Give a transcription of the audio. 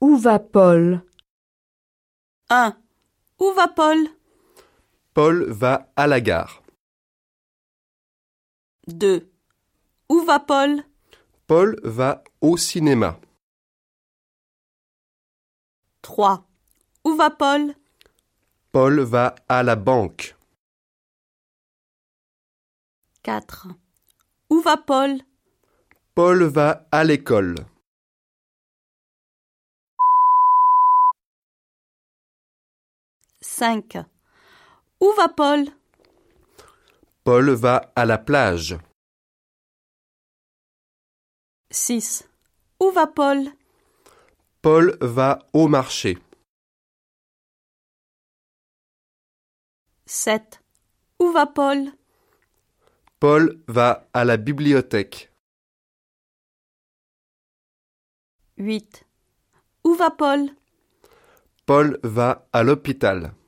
Où va Paul? 1. Où va Paul? Paul va à la gare. 2. Où va Paul? Paul va au cinéma. 3. Où va Paul? Paul va à la banque. 4. Où va Paul? Paul va à l'école. 5. Où va Paul? Paul va à la plage. 6. Où va Paul? Paul va au marché. 7. Où va Paul? Paul va à la bibliothèque. 8. Où va Paul? Paul va à l'hôpital.